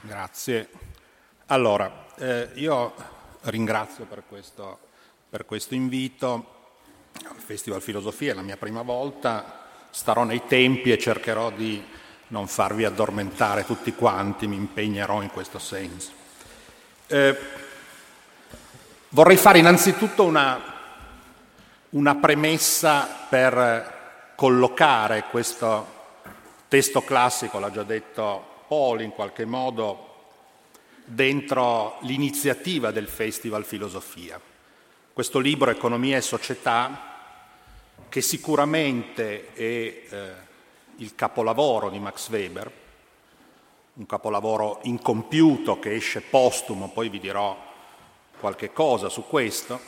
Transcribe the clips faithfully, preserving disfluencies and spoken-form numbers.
Grazie. Allora, eh, io ringrazio per questo, per questo invito al Festival Filosofia, è la mia prima volta, starò nei tempi e cercherò di non farvi addormentare tutti quanti, mi impegnerò in questo senso. Eh, vorrei fare innanzitutto una, una premessa per collocare questo testo classico, l'ha già detto Paul in qualche modo, dentro l'iniziativa del Festival Filosofia. Questo libro, Economia e Società, che sicuramente è eh, il capolavoro di Max Weber, un capolavoro incompiuto che esce postumo, poi vi dirò qualche cosa su questo,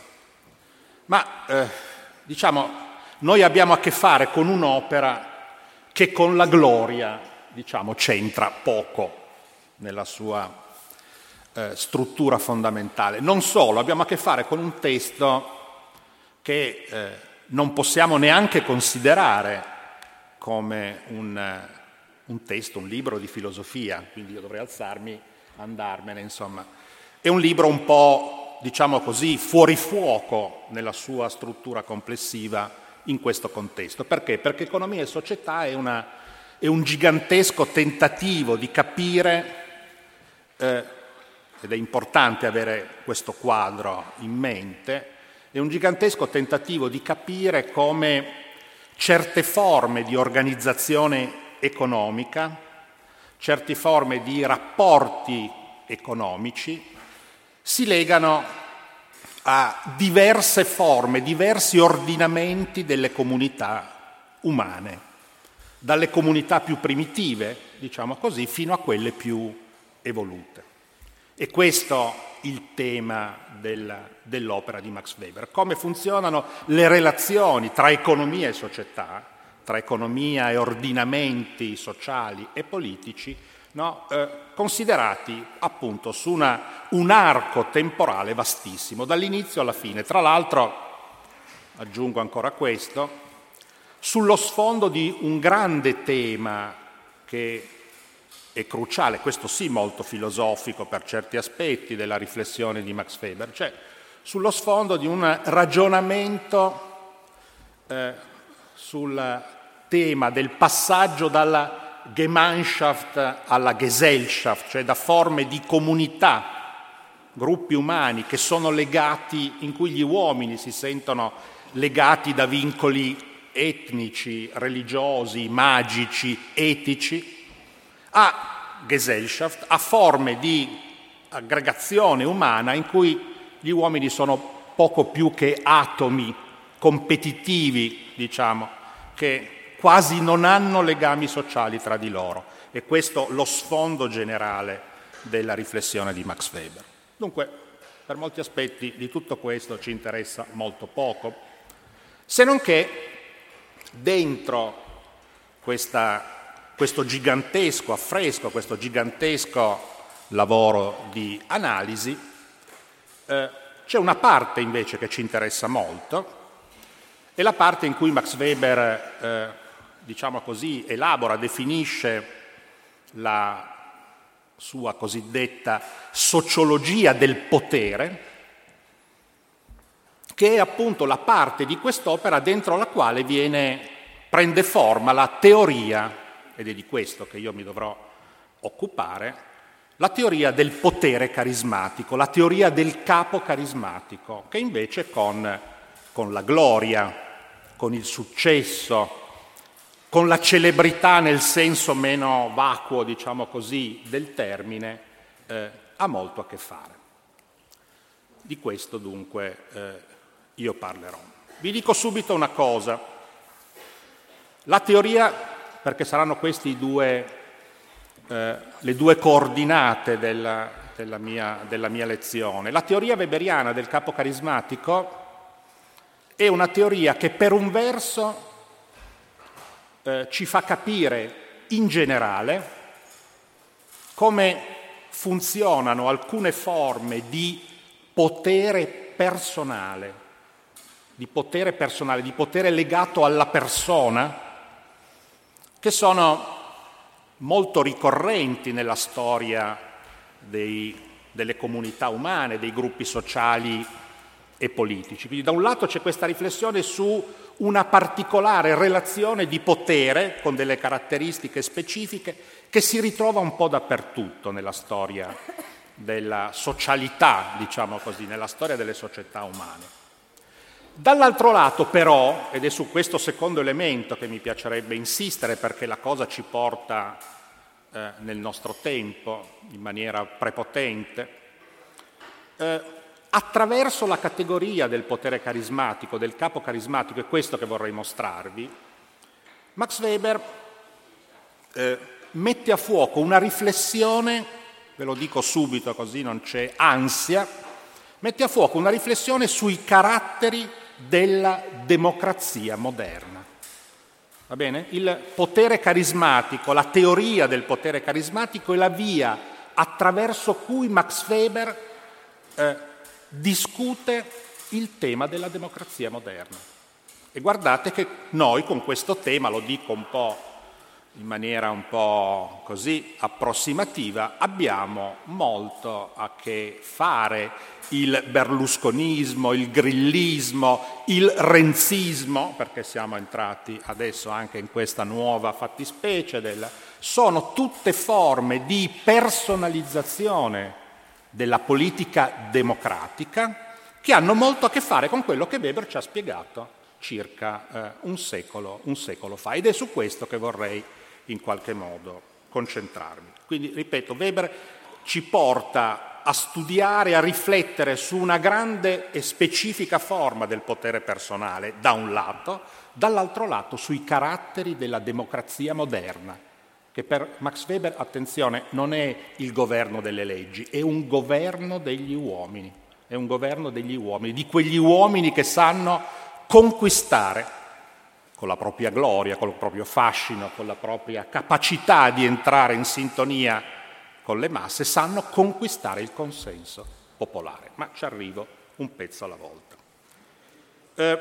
ma eh, diciamo noi abbiamo a che fare con un'opera che con la gloria diciamo c'entra poco nella sua eh, struttura fondamentale. Non solo, abbiamo a che fare con un testo che eh, non possiamo neanche considerare come un, un testo, un libro di filosofia, quindi io dovrei alzarmi, andarmene, insomma. È un libro un po', diciamo così, fuori fuoco nella sua struttura complessiva in questo contesto. Perché? Perché Economia e Società è, una, è un gigantesco tentativo di capire, eh, ed è importante avere questo quadro in mente, è un gigantesco tentativo di capire come certe forme di organizzazione economica, certe forme di rapporti economici si legano a diverse forme, diversi ordinamenti delle comunità umane, dalle comunità più primitive, diciamo così, fino a quelle più evolute. E questo è il tema della, dell'opera di Max Weber. Come funzionano le relazioni tra economia e società, tra economia e ordinamenti sociali e politici, no? eh, considerati appunto su una, un arco temporale vastissimo, dall'inizio alla fine. Tra l'altro, aggiungo ancora questo, sullo sfondo di un grande tema che è cruciale, questo sì molto filosofico per certi aspetti della riflessione di Max Weber, cioè sullo sfondo di un ragionamento eh, sul tema del passaggio dalla Gemeinschaft alla Gesellschaft, cioè da forme di comunità, gruppi umani che sono legati, in cui gli uomini si sentono legati da vincoli etnici, religiosi, magici, etici, a Gesellschaft, a forme di aggregazione umana in cui gli uomini sono poco più che atomi competitivi, diciamo, che quasi non hanno legami sociali tra di loro. E questo lo sfondo generale della riflessione di Max Weber. Dunque, per molti aspetti di tutto questo ci interessa molto poco, se non che dentro questa questo gigantesco affresco, questo gigantesco lavoro di analisi, eh, c'è una parte invece che ci interessa molto, è la parte in cui Max Weber, eh, diciamo così, elabora, definisce la sua cosiddetta sociologia del potere, che è appunto la parte di quest'opera dentro la quale viene, prende forma la teoria, ed è di questo che io mi dovrò occupare, la teoria del potere carismatico, la teoria del capo carismatico, che invece con, con la gloria, con il successo, con la celebrità nel senso meno vacuo, diciamo così, del termine, eh, ha molto a che fare. Di questo dunque eh, io parlerò. Vi dico subito una cosa. La teoria, perché saranno queste i due, eh, le due coordinate della, della, mia, della mia lezione. La teoria weberiana del capo carismatico è una teoria che per un verso eh, ci fa capire in generale come funzionano alcune forme di potere personale, di potere personale, di potere legato alla persona, che sono molto ricorrenti nella storia dei, delle comunità umane, dei gruppi sociali e politici. Quindi da un lato c'è questa riflessione su una particolare relazione di potere con delle caratteristiche specifiche che si ritrova un po' dappertutto nella storia della socialità, diciamo così, nella storia delle società umane. Dall'altro lato però, ed è su questo secondo elemento che mi piacerebbe insistere perché la cosa ci porta eh, nel nostro tempo in maniera prepotente, eh, attraverso la categoria del potere carismatico, del capo carismatico, è questo che vorrei mostrarvi, Max Weber eh, mette a fuoco una riflessione, ve lo dico subito così non c'è ansia, mette a fuoco una riflessione sui caratteri della democrazia moderna. Va bene? Il potere carismatico, la teoria del potere carismatico è la via attraverso cui Max Weber eh, discute il tema della democrazia moderna. E guardate che noi con questo tema, lo dico un po' in maniera un po' così approssimativa, abbiamo molto a che fare. Il berlusconismo, il grillismo, il renzismo, perché siamo entrati adesso anche in questa nuova fattispecie, del, sono tutte forme di personalizzazione della politica democratica che hanno molto a che fare con quello che Weber ci ha spiegato circa eh, un secolo, un secolo fa. Ed è su questo che vorrei in qualche modo concentrarmi. Quindi, ripeto, Weber ci porta a studiare, a riflettere su una grande e specifica forma del potere personale, da un lato, dall'altro lato sui caratteri della democrazia moderna, che per Max Weber, attenzione, non è il governo delle leggi, è un governo degli uomini, è un governo degli uomini, di quegli uomini che sanno conquistare con la propria gloria, con il proprio fascino, con la propria capacità di entrare in sintonia con le masse, sanno conquistare il consenso popolare. Ma ci arrivo un pezzo alla volta. Eh,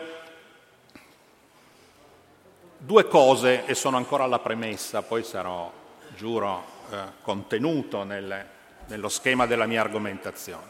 due cose, e sono ancora alla premessa, poi sarò, giuro, eh, contenuto nel, nello schema della mia argomentazione.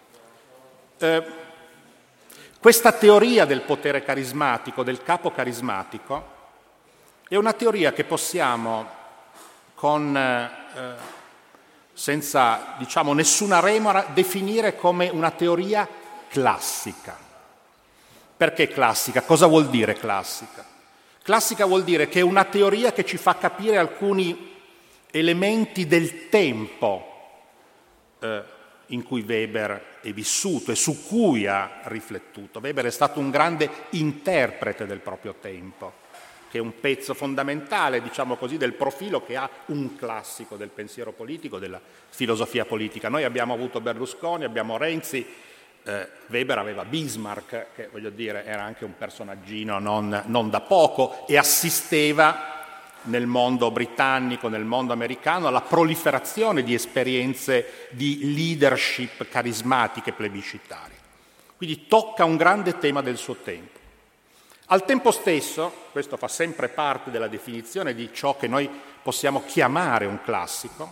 Eh, questa teoria del potere carismatico, del capo carismatico, è una teoria che possiamo con... Eh, senza, diciamo, nessuna remora, definire come una teoria classica. Perché classica? Cosa vuol dire classica? Classica vuol dire che è una teoria che ci fa capire alcuni elementi del tempo eh, in cui Weber è vissuto e su cui ha riflettuto. Weber è stato un grande interprete del proprio tempo, che è un pezzo fondamentale, diciamo così, del profilo che ha un classico del pensiero politico, della filosofia politica. Noi abbiamo avuto Berlusconi, abbiamo Renzi, eh, Weber aveva Bismarck, che voglio dire era anche un personaggino non, non da poco, e assisteva nel mondo britannico, nel mondo americano, alla proliferazione di esperienze di leadership carismatiche plebiscitarie. Quindi tocca un grande tema del suo tempo. Al tempo stesso, questo fa sempre parte della definizione di ciò che noi possiamo chiamare un classico,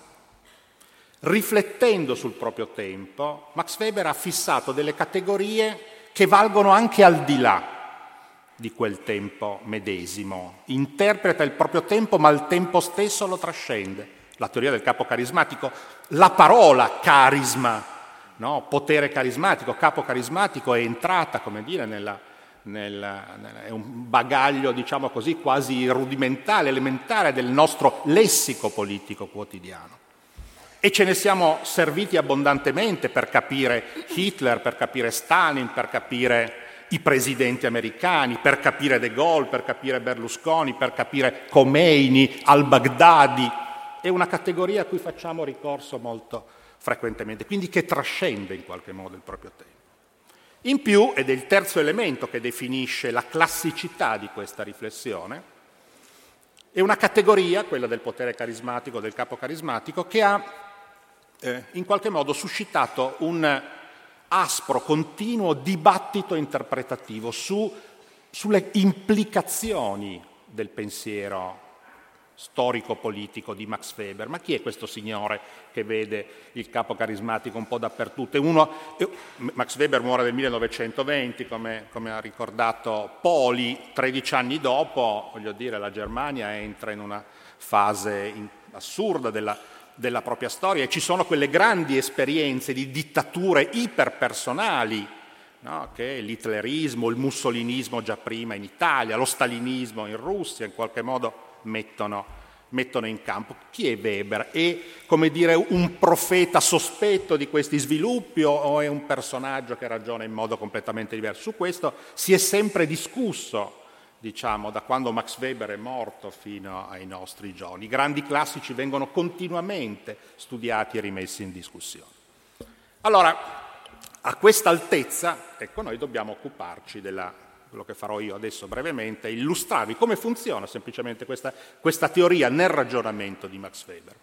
riflettendo sul proprio tempo, Max Weber ha fissato delle categorie che valgono anche al di là di quel tempo medesimo. Interpreta il proprio tempo, ma al tempo stesso lo trascende. La teoria del capo carismatico, la parola carisma, no? Potere carismatico, capo carismatico è entrata, come dire, nella Nel, nel, è un bagaglio, diciamo così, quasi rudimentale, elementare del nostro lessico politico quotidiano. E ce ne siamo serviti abbondantemente per capire Hitler, per capire Stalin, per capire i presidenti americani, per capire De Gaulle, per capire Berlusconi, per capire Khomeini, al-Baghdadi. È una categoria a cui facciamo ricorso molto frequentemente, quindi che trascende in qualche modo il proprio tempo. In più, ed è il terzo elemento che definisce la classicità di questa riflessione, è una categoria, quella del potere carismatico, del capo carismatico, che ha eh, in qualche modo suscitato un aspro, continuo dibattito interpretativo su, sulle implicazioni del pensiero storico-politico di Max Weber. Ma chi è questo signore che vede il capo carismatico un po' dappertutto? È uno, Max Weber muore nel millenovecentoventi, come, come ha ricordato Poli, tredici anni dopo, voglio dire, la Germania entra in una fase in, assurda della, della propria storia e ci sono quelle grandi esperienze di dittature iperpersonali, no? Che l'hitlerismo, il mussolinismo già prima in Italia, lo stalinismo in Russia in qualche modo mettono, mettono in campo. Chi è Weber? È, come dire, un profeta sospetto di questi sviluppi o è un personaggio che ragiona in modo completamente diverso? Su questo si è sempre discusso, diciamo, da quando Max Weber è morto fino ai nostri giorni. I grandi classici vengono continuamente studiati e rimessi in discussione. Allora, a questa altezza, ecco, noi dobbiamo occuparci della quello che farò io adesso brevemente, illustrarvi come funziona semplicemente questa, questa teoria nel ragionamento di Max Weber.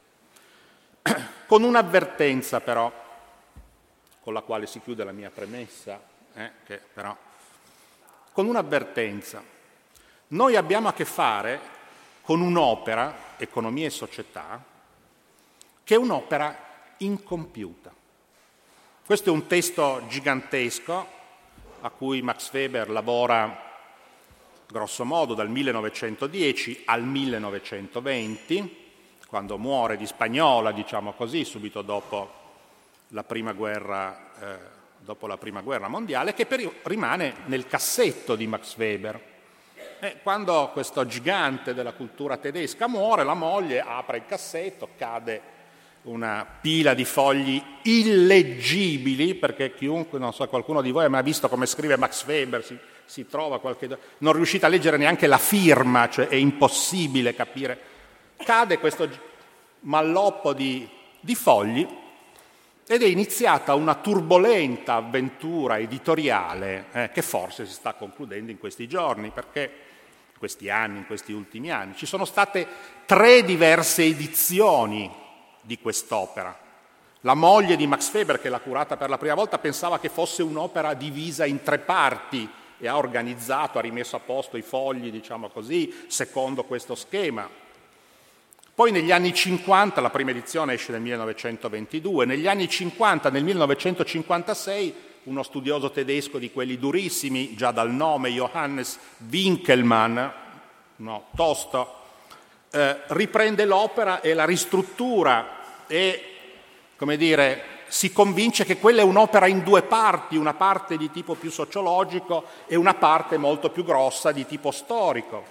Con un'avvertenza però, con la quale si chiude la mia premessa, eh, che però, con un'avvertenza. Noi abbiamo a che fare con un'opera, Economia e Società, che è un'opera incompiuta. Questo è un testo gigantesco, a cui Max Weber lavora grosso modo dal millenovecentodieci al millenovecentoventi, quando muore di spagnola, diciamo così, subito dopo la prima guerra, eh, dopo la prima guerra mondiale, che per, rimane nel cassetto di Max Weber. E quando questo gigante della cultura tedesca muore, la moglie apre il cassetto, cade una pila di fogli illeggibili, perché chiunque, non so, qualcuno di voi ha mai visto come scrive Max Weber, si, si trova qualche... non riuscite a leggere neanche la firma, cioè è impossibile capire. Cade questo malloppo di, di fogli ed è iniziata una turbolenta avventura editoriale eh, che forse si sta concludendo in questi giorni, perché in questi anni, in questi ultimi anni, ci sono state tre diverse edizioni di quest'opera. La moglie di Max Weber, che l'ha curata per la prima volta, pensava che fosse un'opera divisa in tre parti e ha organizzato, ha rimesso a posto i fogli, diciamo così, secondo questo schema. Poi negli anni cinquanta, la prima edizione esce nel millenovecentoventidue, negli anni cinquanta, nel millenovecentocinquantasei, uno studioso tedesco di quelli durissimi, già dal nome, Johannes Winkelmann, no, tosto, Eh, riprende l'opera e la ristruttura e, come dire, si convince che quella è un'opera in due parti, una parte di tipo più sociologico e una parte molto più grossa di tipo storico.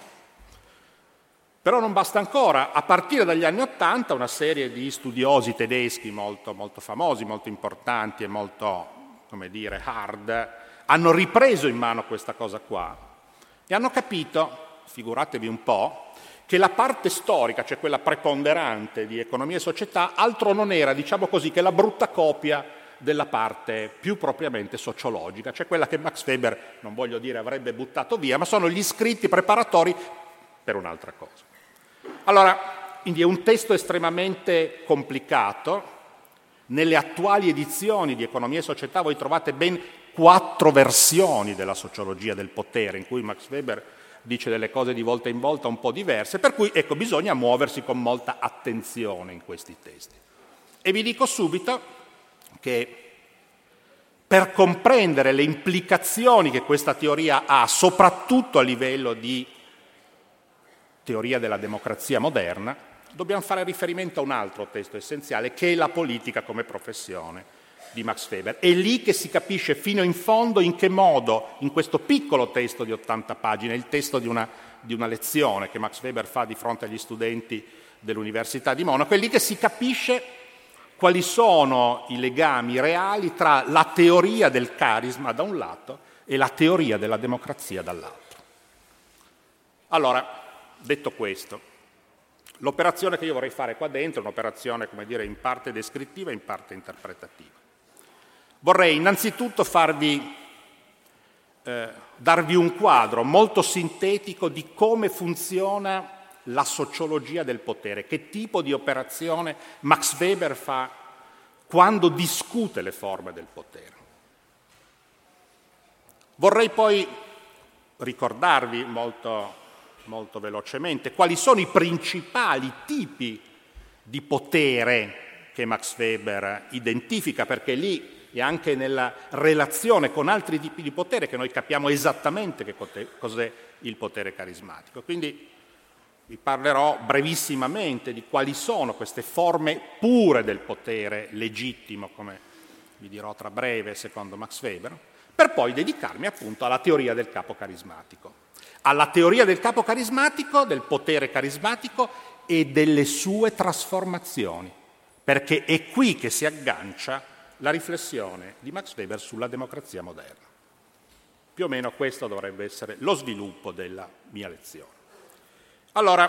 Però non basta ancora. A partire dagli anni Ottanta una serie di studiosi tedeschi molto, molto famosi, molto importanti e molto, come dire, hard, hanno ripreso in mano questa cosa qua e hanno capito, figuratevi un po', che la parte storica, cioè quella preponderante di Economia e Società, altro non era, diciamo così, che la brutta copia della parte più propriamente sociologica, cioè quella che Max Weber, non voglio dire avrebbe buttato via, ma sono gli scritti preparatori per un'altra cosa. Allora, quindi è un testo estremamente complicato. Nelle attuali edizioni di Economia e Società voi trovate ben quattro versioni della sociologia del potere, in cui Max Weber dice delle cose di volta in volta un po' diverse, per cui ecco, bisogna muoversi con molta attenzione in questi testi. E vi dico subito che per comprendere le implicazioni che questa teoria ha, soprattutto a livello di teoria della democrazia moderna, dobbiamo fare riferimento a un altro testo essenziale, che è La politica come professione di Max Weber. È lì che si capisce fino in fondo in che modo, in questo piccolo testo di ottanta pagine, il testo di una, di una lezione che Max Weber fa di fronte agli studenti dell'Università di Monaco, è lì che si capisce quali sono i legami reali tra la teoria del carisma da un lato e la teoria della democrazia dall'altro. Allora, detto questo, l'operazione che io vorrei fare qua dentro è un'operazione, come dire, in parte descrittiva e in parte interpretativa. Vorrei innanzitutto farvi, eh, darvi un quadro molto sintetico di come funziona la sociologia del potere, che tipo di operazione Max Weber fa quando discute le forme del potere. Vorrei poi ricordarvi molto molto velocemente quali sono i principali tipi di potere che Max Weber identifica, perché lì e anche nella relazione con altri tipi di potere che noi capiamo esattamente che cos'è il potere carismatico. Quindi vi parlerò brevissimamente di quali sono queste forme pure del potere legittimo, come vi dirò tra breve secondo Max Weber, per poi dedicarmi appunto alla teoria del capo carismatico. Alla teoria del capo carismatico, del potere carismatico e delle sue trasformazioni, perché è qui che si aggancia la riflessione di Max Weber sulla democrazia moderna. Più o meno questo dovrebbe essere lo sviluppo della mia lezione. Allora,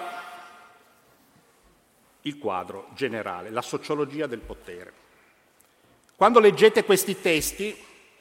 il quadro generale, la sociologia del potere. Quando leggete questi testi,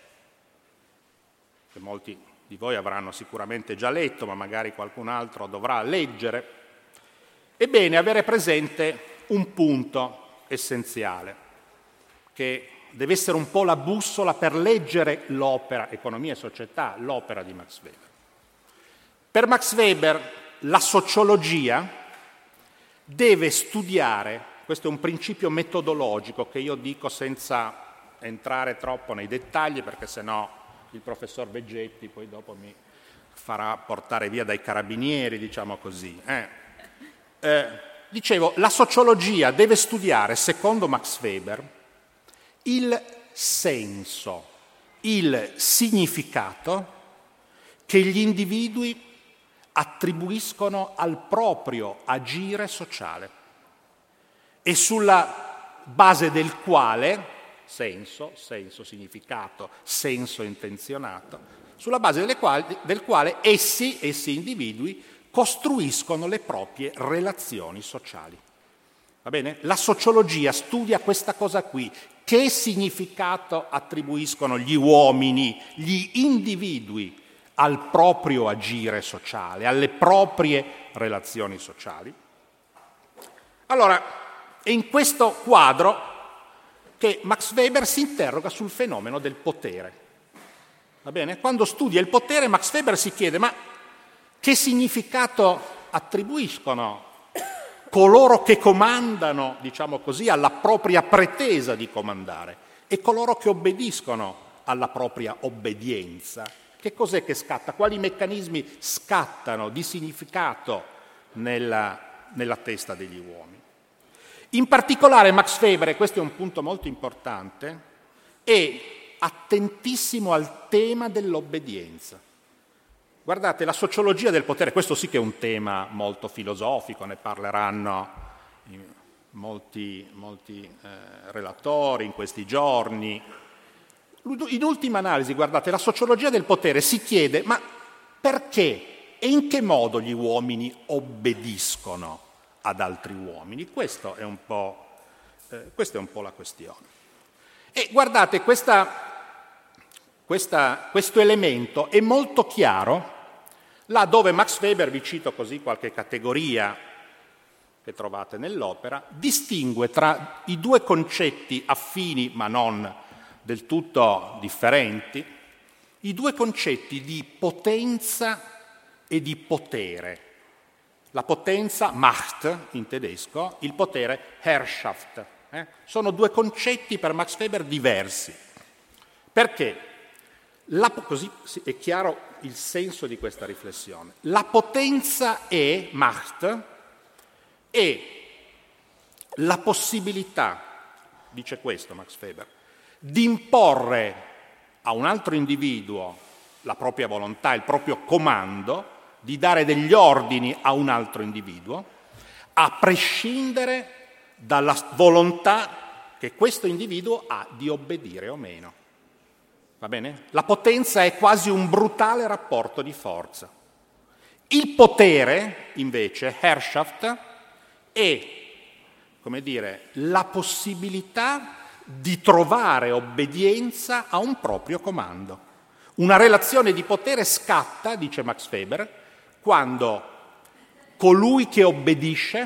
che molti di voi avranno sicuramente già letto, ma magari qualcun altro dovrà leggere, è bene avere presente un punto essenziale, che deve essere un po' la bussola per leggere l'opera, Economia e Società, l'opera di Max Weber. Per Max Weber la sociologia deve studiare, questo è un principio metodologico che io dico senza entrare troppo nei dettagli, perché sennò il professor Veggetti poi dopo mi farà portare via dai carabinieri, diciamo così. Eh. Eh, dicevo, la sociologia deve studiare, secondo Max Weber, il senso, il significato che gli individui attribuiscono al proprio agire sociale e sulla base del quale, senso, senso, significato, senso intenzionato, sulla base delle quali, del quale essi, essi individui, costruiscono le proprie relazioni sociali. Va bene? La sociologia studia questa cosa qui. Che significato attribuiscono gli uomini, gli individui, al proprio agire sociale, alle proprie relazioni sociali? Allora, è in questo quadro che Max Weber si interroga sul fenomeno del potere. Va bene? Quando studia il potere, Max Weber si chiede: ma che significato attribuiscono coloro che comandano, diciamo così, alla propria pretesa di comandare e coloro che obbediscono alla propria obbedienza? Che cos'è che scatta? Quali meccanismi scattano di significato nella, nella testa degli uomini? In particolare Max Weber, e questo è un punto molto importante, è attentissimo al tema dell'obbedienza. Guardate, la sociologia del potere, questo sì che è un tema molto filosofico, ne parleranno molti, molti eh, relatori in questi giorni. In ultima analisi, guardate, la sociologia del potere si chiede: ma perché e in che modo gli uomini obbediscono ad altri uomini? Questo è un po', eh, questa è un po' la questione. E guardate, questa... Questa, questo elemento è molto chiaro là dove Max Weber, vi cito così qualche categoria che trovate nell'opera, distingue tra i due concetti affini ma non del tutto differenti, i due concetti di potenza e di potere. La potenza, Macht in tedesco, il potere, Herrschaft. Eh? Sono due concetti per Max Weber diversi. Perché? La, così è chiaro il senso di questa riflessione. La potenza è, Macht, è la possibilità, dice questo Max Weber, di imporre a un altro individuo la propria volontà, il proprio comando, di dare degli ordini a un altro individuo, a prescindere dalla volontà che questo individuo ha di obbedire o meno. Va bene? La potenza è quasi un brutale rapporto di forza. Il potere, invece, Herrschaft, è, come dire, la possibilità di trovare obbedienza a un proprio comando. Una relazione di potere scatta, dice Max Weber, quando colui che obbedisce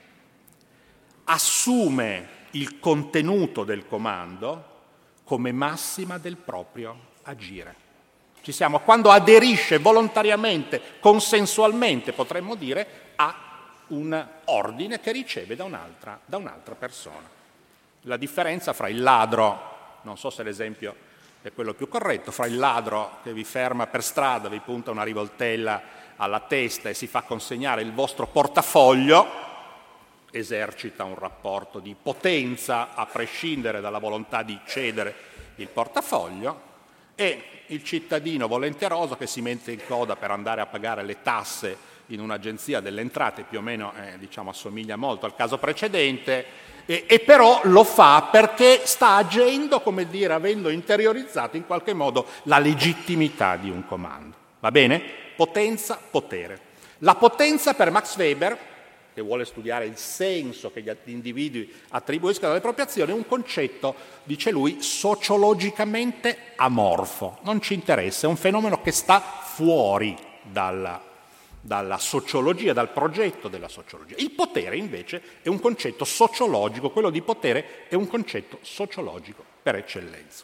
assume il contenuto del comando come massima del proprio agire. Ci siamo? Quando aderisce volontariamente, consensualmente, potremmo dire, a un ordine che riceve da un'altra, da un'altra persona. La differenza fra il ladro, non so se l'esempio è quello più corretto, fra il ladro che vi ferma per strada, vi punta una rivoltella alla testa e si fa consegnare il vostro portafoglio, esercita un rapporto di potenza a prescindere dalla volontà di cedere il portafoglio, e il cittadino volenteroso che si mette in coda per andare a pagare le tasse in un'agenzia delle entrate, più o meno eh, diciamo, assomiglia molto al caso precedente, e, e però lo fa perché sta agendo, come dire, avendo interiorizzato in qualche modo la legittimità di un comando. Va bene? Potenza, potere. La potenza per Max Weber, che vuole studiare il senso che gli individui attribuiscono alle proprie azioni, è un concetto, dice lui, sociologicamente amorfo. Non ci interessa, è un fenomeno che sta fuori dalla, dalla sociologia, dal progetto della sociologia. Il potere, invece, è un concetto sociologico, quello di potere è un concetto sociologico per eccellenza.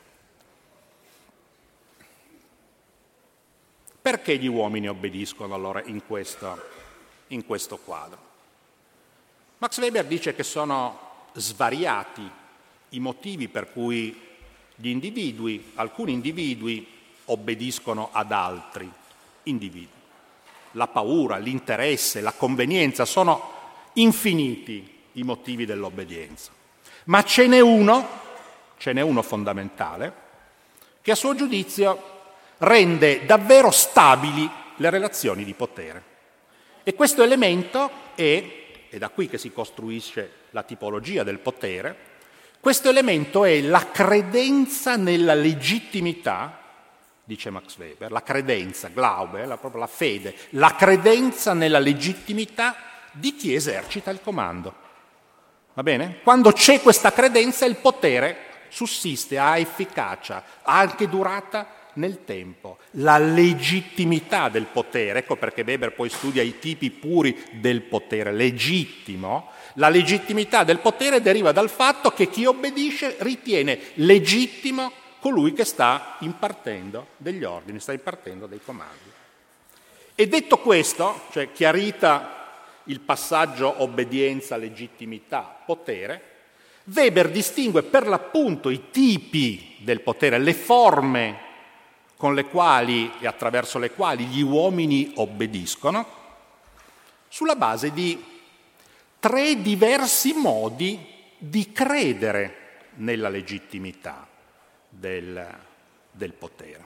Perché gli uomini obbediscono allora in questo, in questo quadro? Max Weber dice che sono svariati i motivi per cui gli individui, alcuni individui, obbediscono ad altri individui. La paura, l'interesse, la convenienza, sono infiniti i motivi dell'obbedienza. Ma ce n'è uno, ce n'è uno fondamentale, che a suo giudizio rende davvero stabili le relazioni di potere. E questo elemento è, è da qui che si costruisce la tipologia del potere, questo elemento è la credenza nella legittimità, dice Max Weber, la credenza, Glaube, la, proprio la fede, la credenza nella legittimità di chi esercita il comando. Va bene? Quando c'è questa credenza, il potere sussiste, ha efficacia, ha anche durata nel tempo. La legittimità del potere, ecco perché Weber poi studia i tipi puri del potere legittimo, la legittimità del potere deriva dal fatto che chi obbedisce ritiene legittimo colui che sta impartendo degli ordini, sta impartendo dei comandi. E detto questo, cioè chiarita il passaggio obbedienza, legittimità, potere, Weber distingue per l'appunto i tipi del potere, le forme con le quali e attraverso le quali gli uomini obbediscono, sulla base di tre diversi modi di credere nella legittimità del, del potere.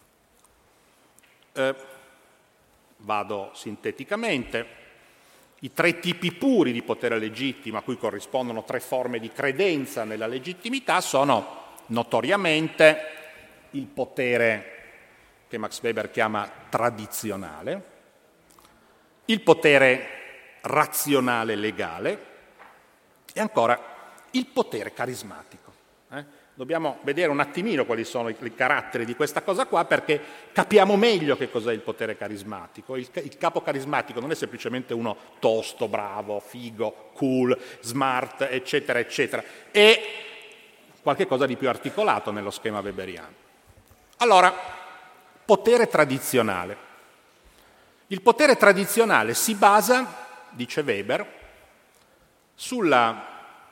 Eh, vado sinteticamente. I tre tipi puri di potere legittimo, a cui corrispondono tre forme di credenza nella legittimità, sono notoriamente il potere che Max Weber chiama tradizionale, il potere razionale legale e ancora il potere carismatico. Eh? Dobbiamo vedere un attimino quali sono i, i caratteri di questa cosa qua, perché capiamo meglio che cos'è il potere carismatico. Il, il capo carismatico non è semplicemente uno tosto, bravo, figo, cool, smart, eccetera, eccetera. È qualche cosa di più articolato nello schema weberiano. Allora, potere tradizionale. Il potere tradizionale si basa, dice Weber, sulla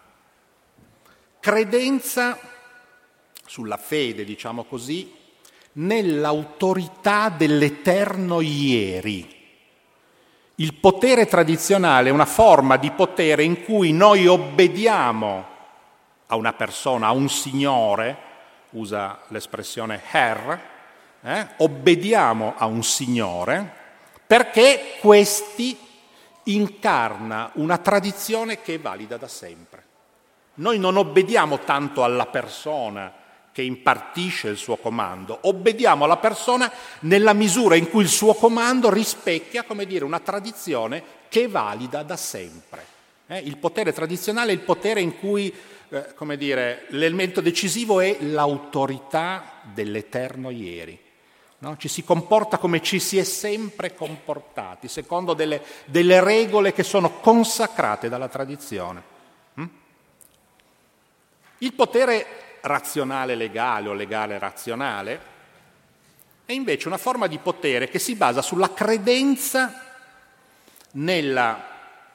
credenza, sulla fede, diciamo così, nell'autorità dell'eterno ieri. Il potere tradizionale è una forma di potere in cui noi obbediamo a una persona, a un signore, usa l'espressione Herr, eh? obbediamo a un signore perché questi incarna una tradizione che è valida da sempre. Noi non obbediamo tanto alla persona che impartisce il suo comando, obbediamo alla persona nella misura in cui il suo comando rispecchia, come dire, una tradizione che è valida da sempre. Eh? Il potere tradizionale è il potere in cui, eh, come dire, l'elemento decisivo è l'autorità dell'eterno ieri. No? Ci si comporta come ci si è sempre comportati, secondo delle, delle regole che sono consacrate dalla tradizione. Hm? Il potere razionale legale o legale razionale è invece una forma di potere che si basa sulla credenza nella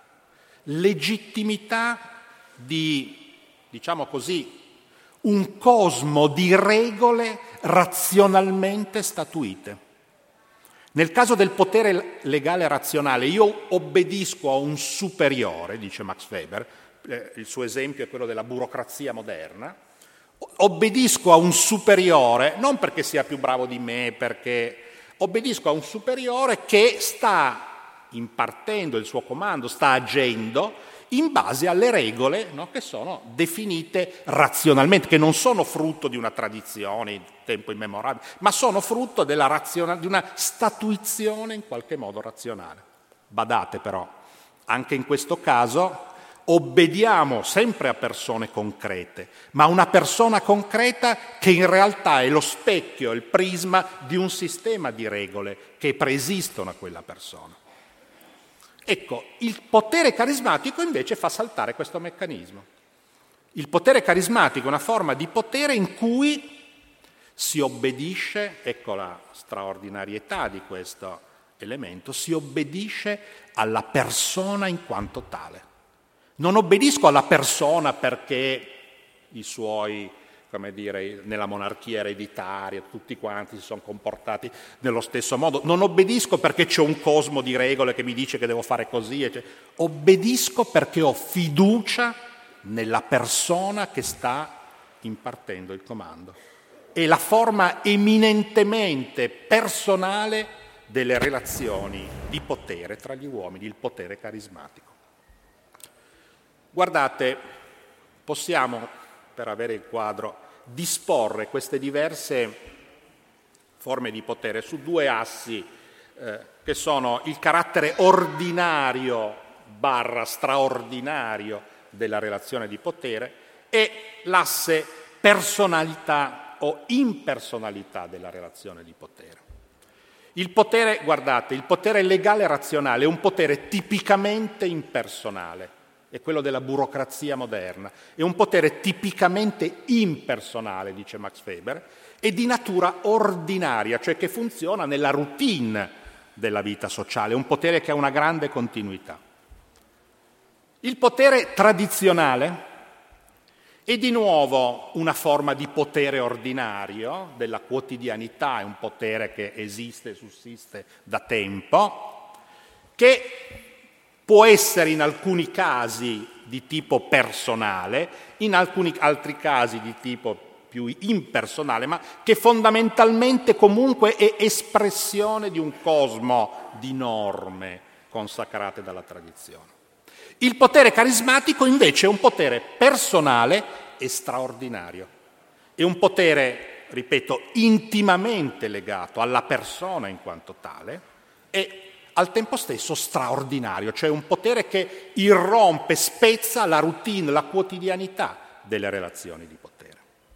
legittimità di, diciamo così, un cosmo di regole razionalmente statuite. Nel caso del potere legale razionale, io obbedisco a un superiore, dice Max Weber, eh, il suo esempio è quello della burocrazia moderna, obbedisco a un superiore, non perché sia più bravo di me, perché obbedisco a un superiore che sta impartendo il suo comando, sta agendo in base alle regole, no, che sono definite razionalmente, che non sono frutto di una tradizione in tempo immemorabile, ma sono frutto della razional- di una statuizione in qualche modo razionale. Badate però, anche in questo caso obbediamo sempre a persone concrete, ma una persona concreta che in realtà è lo specchio, il prisma di un sistema di regole che preesistono a quella persona. Ecco, il potere carismatico invece fa saltare questo meccanismo. Il potere carismatico è una forma di potere in cui si obbedisce, ecco la straordinarietà di questo elemento, si obbedisce alla persona in quanto tale. Non obbedisco alla persona perché i suoi, come dire, nella monarchia ereditaria, tutti quanti si sono comportati nello stesso modo. Non obbedisco perché c'è un cosmo di regole che mi dice che devo fare così. Eccetera. Obbedisco perché ho fiducia nella persona che sta impartendo il comando. È la forma eminentemente personale delle relazioni di potere tra gli uomini, il potere carismatico. Guardate, possiamo, per avere il quadro, disporre queste diverse forme di potere su due assi eh, che sono il carattere ordinario barra straordinario della relazione di potere e l'asse personalità o impersonalità della relazione di potere. Il potere, guardate, il potere legale e razionale è un potere tipicamente impersonale. È quello della burocrazia moderna, è un potere tipicamente impersonale, dice Max Weber, e di natura ordinaria, cioè che funziona nella routine della vita sociale, è un potere che ha una grande continuità. Il potere tradizionale è di nuovo una forma di potere ordinario, della quotidianità, è un potere che esiste e sussiste da tempo, che può essere in alcuni casi di tipo personale, in alcuni altri casi di tipo più impersonale, ma che fondamentalmente comunque è espressione di un cosmo di norme consacrate dalla tradizione. Il potere carismatico invece è un potere personale e straordinario. È un potere, ripeto, intimamente legato alla persona in quanto tale e al tempo stesso straordinario, cioè un potere che irrompe, spezza la routine, la quotidianità delle relazioni di potere.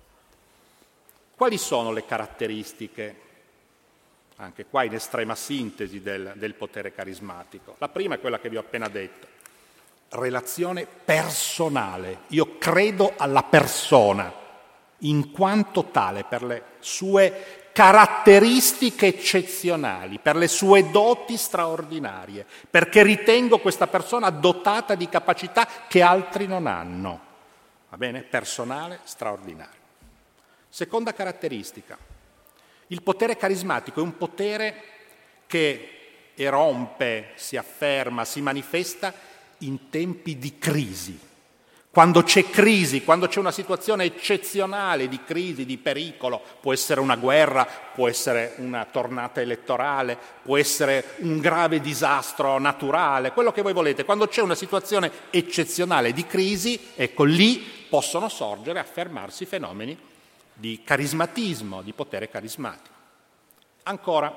Quali sono le caratteristiche, anche qua in estrema sintesi, del, del potere carismatico? La prima è quella che vi ho appena detto, relazione personale. Io credo alla persona in quanto tale, per le sue caratteristiche eccezionali, per le sue doti straordinarie, perché ritengo questa persona dotata di capacità che altri non hanno. Va bene? Personale, straordinario. Seconda caratteristica. Il potere carismatico è un potere che erompe, si afferma, si manifesta in tempi di crisi. Quando c'è crisi, quando c'è una situazione eccezionale di crisi, di pericolo, può essere una guerra, può essere una tornata elettorale, può essere un grave disastro naturale, quello che voi volete. Quando c'è una situazione eccezionale di crisi, ecco lì possono sorgere, affermarsi fenomeni di carismatismo, di potere carismatico. Ancora,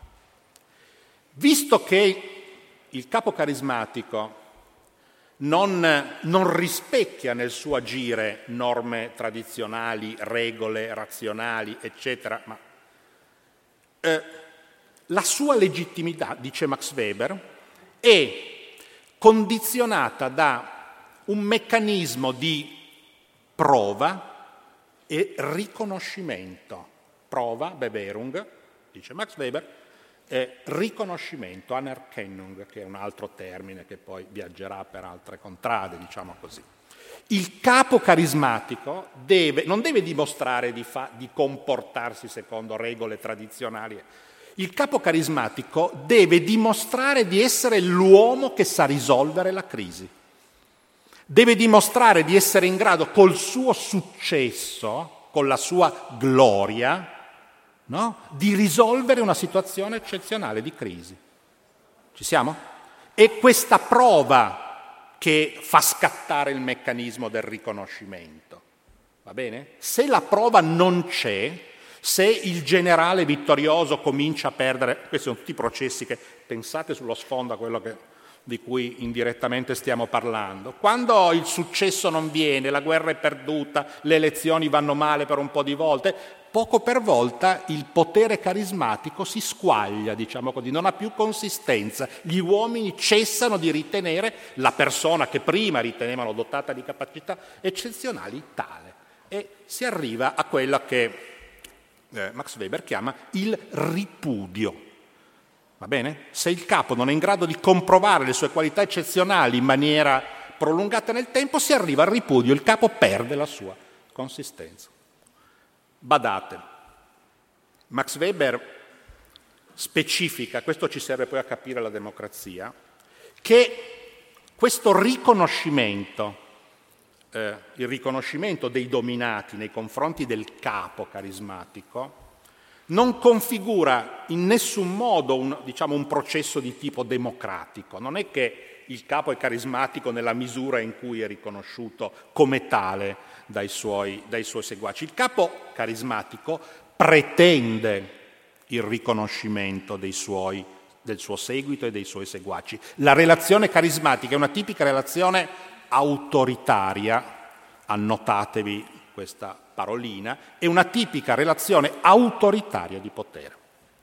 visto che il capo carismatico Non, non rispecchia nel suo agire norme tradizionali, regole razionali, eccetera, ma eh, la sua legittimità, dice Max Weber, è condizionata da un meccanismo di prova e riconoscimento. Prova, Bewährung, dice Max Weber, eh, riconoscimento, Anerkennung, che è un altro termine che poi viaggerà per altre contrade, diciamo così. Il capo carismatico deve, non deve dimostrare di, fa, di comportarsi secondo regole tradizionali. Il capo carismatico deve dimostrare di essere l'uomo che sa risolvere la crisi. Deve dimostrare di essere in grado, col suo successo, con la sua gloria, no? Di risolvere una situazione eccezionale di crisi. Ci siamo? È questa prova che fa scattare il meccanismo del riconoscimento. Va bene? Se la prova non c'è, se il generale vittorioso comincia a perdere, questi sono tutti processi che, pensate sullo sfondo a quello che, di cui indirettamente stiamo parlando, quando il successo non viene, la guerra è perduta, le elezioni vanno male per un po' di volte, poco per volta il potere carismatico si squaglia, diciamo così, non ha più consistenza, gli uomini cessano di ritenere la persona che prima ritenevano dotata di capacità eccezionali tale e si arriva a quella che Eh, Max Weber chiama il ripudio. Va bene? Se il capo non è in grado di comprovare le sue qualità eccezionali in maniera prolungata nel tempo, si arriva al ripudio, il capo perde la sua consistenza. Badate, Max Weber specifica, questo ci serve poi a capire la democrazia, che questo riconoscimento Eh, il riconoscimento dei dominati nei confronti del capo carismatico non configura in nessun modo un, diciamo, un processo di tipo democratico. Non è che il capo è carismatico nella misura in cui è riconosciuto come tale dai suoi, dai suoi seguaci. Il capo carismatico pretende il riconoscimento dei suoi, del suo seguito e dei suoi seguaci. La relazione carismatica è una tipica relazione autoritaria, annotatevi questa parolina, è una tipica relazione autoritaria di potere.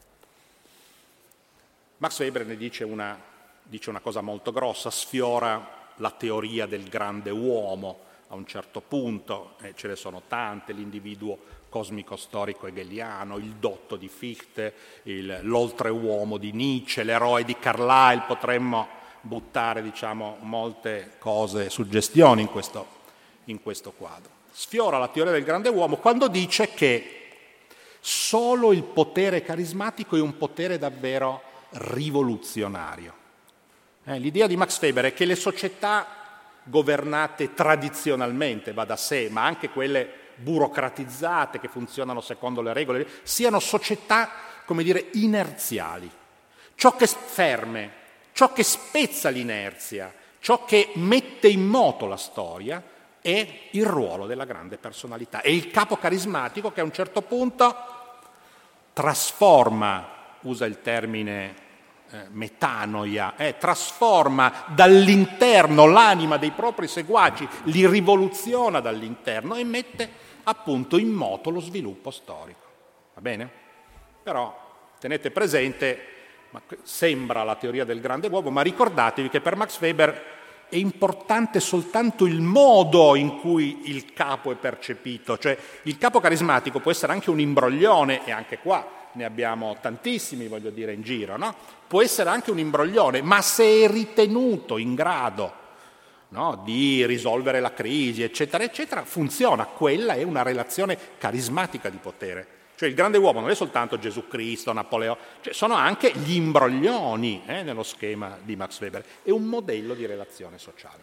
Max Weber ne dice una, dice una cosa molto grossa, sfiora la teoria del grande uomo a un certo punto, eh, ce ne sono tante, l'individuo cosmico storico hegeliano, il dotto di Fichte, il, l'oltreuomo di Nietzsche, l'eroe di Carlyle, potremmo buttare, diciamo, molte cose, suggestioni in questo, in questo quadro. Sfiora la teoria del grande uomo quando dice che solo il potere carismatico è un potere davvero rivoluzionario. Eh, l'idea di Max Weber è che le società governate tradizionalmente, va da sé, ma anche quelle burocratizzate che funzionano secondo le regole, siano società, come dire, inerziali. Ciò che ferme, ciò che spezza l'inerzia, ciò che mette in moto la storia è il ruolo della grande personalità. È il capo carismatico che a un certo punto trasforma, usa il termine eh, metanoia, eh, trasforma dall'interno l'anima dei propri seguaci, li rivoluziona dall'interno e mette appunto in moto lo sviluppo storico. Va bene? Però tenete presente, ma sembra la teoria del grande uomo, ma ricordatevi che per Max Weber è importante soltanto il modo in cui il capo è percepito, cioè il capo carismatico può essere anche un imbroglione, e anche qua ne abbiamo tantissimi, voglio dire, in giro, no? Può essere anche un imbroglione, ma se è ritenuto in grado, no, di risolvere la crisi, eccetera, eccetera, funziona. Quella è una relazione carismatica di potere. Cioè il grande uomo non è soltanto Gesù Cristo, Napoleone, cioè sono anche gli imbroglioni eh, nello schema di Max Weber. È un modello di relazione sociale.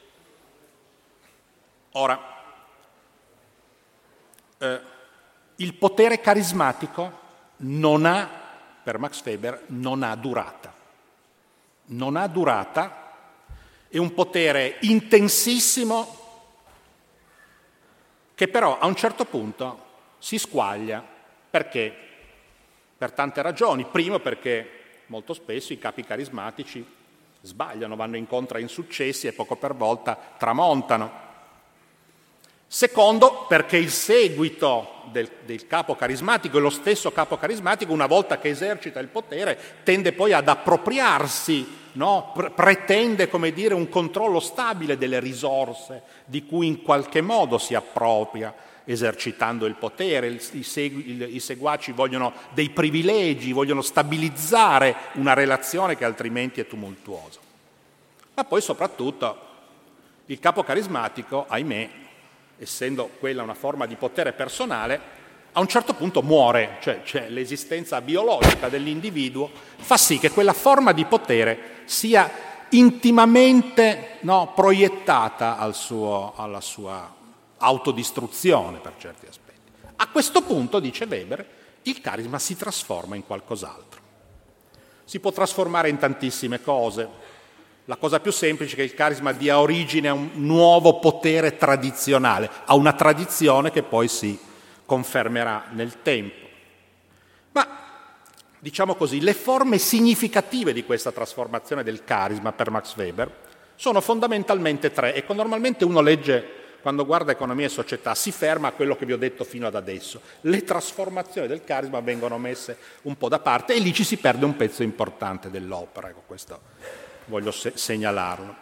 Ora, eh, il potere carismatico non ha, per Max Weber, non ha durata. Non ha durata, è un potere intensissimo che però a un certo punto si squaglia. Perché? Per tante ragioni. Primo, perché molto spesso i capi carismatici sbagliano, vanno incontro a insuccessi e poco per volta tramontano. Secondo, perché il seguito del, del capo carismatico e lo stesso capo carismatico, una volta che esercita il potere, tende poi ad appropriarsi no? Pre- pretende, come dire, un controllo stabile delle risorse di cui in qualche modo si appropria esercitando il potere. Il, i, segui, il, I seguaci vogliono dei privilegi, vogliono stabilizzare una relazione che altrimenti è tumultuosa. Ma poi soprattutto il capo carismatico, ahimè, essendo quella una forma di potere personale, a un certo punto muore, cioè, cioè l'esistenza biologica dell'individuo fa sì che quella forma di potere sia intimamente, no, proiettata al suo, alla sua autodistruzione per certi aspetti. A questo punto, dice Weber, il carisma si trasforma in qualcos'altro. Si può trasformare in tantissime cose. La cosa più semplice è che il carisma dia origine a un nuovo potere tradizionale, a una tradizione che poi si confermerà nel tempo. Ma, diciamo così, le forme significative di questa trasformazione del carisma per Max Weber sono fondamentalmente tre, e normalmente uno legge, quando guarda economia e società, si ferma a quello che vi ho detto fino ad adesso. Le trasformazioni del carisma vengono messe un po' da parte e lì ci si perde un pezzo importante dell'opera. Ecco, questo voglio se- segnalarlo.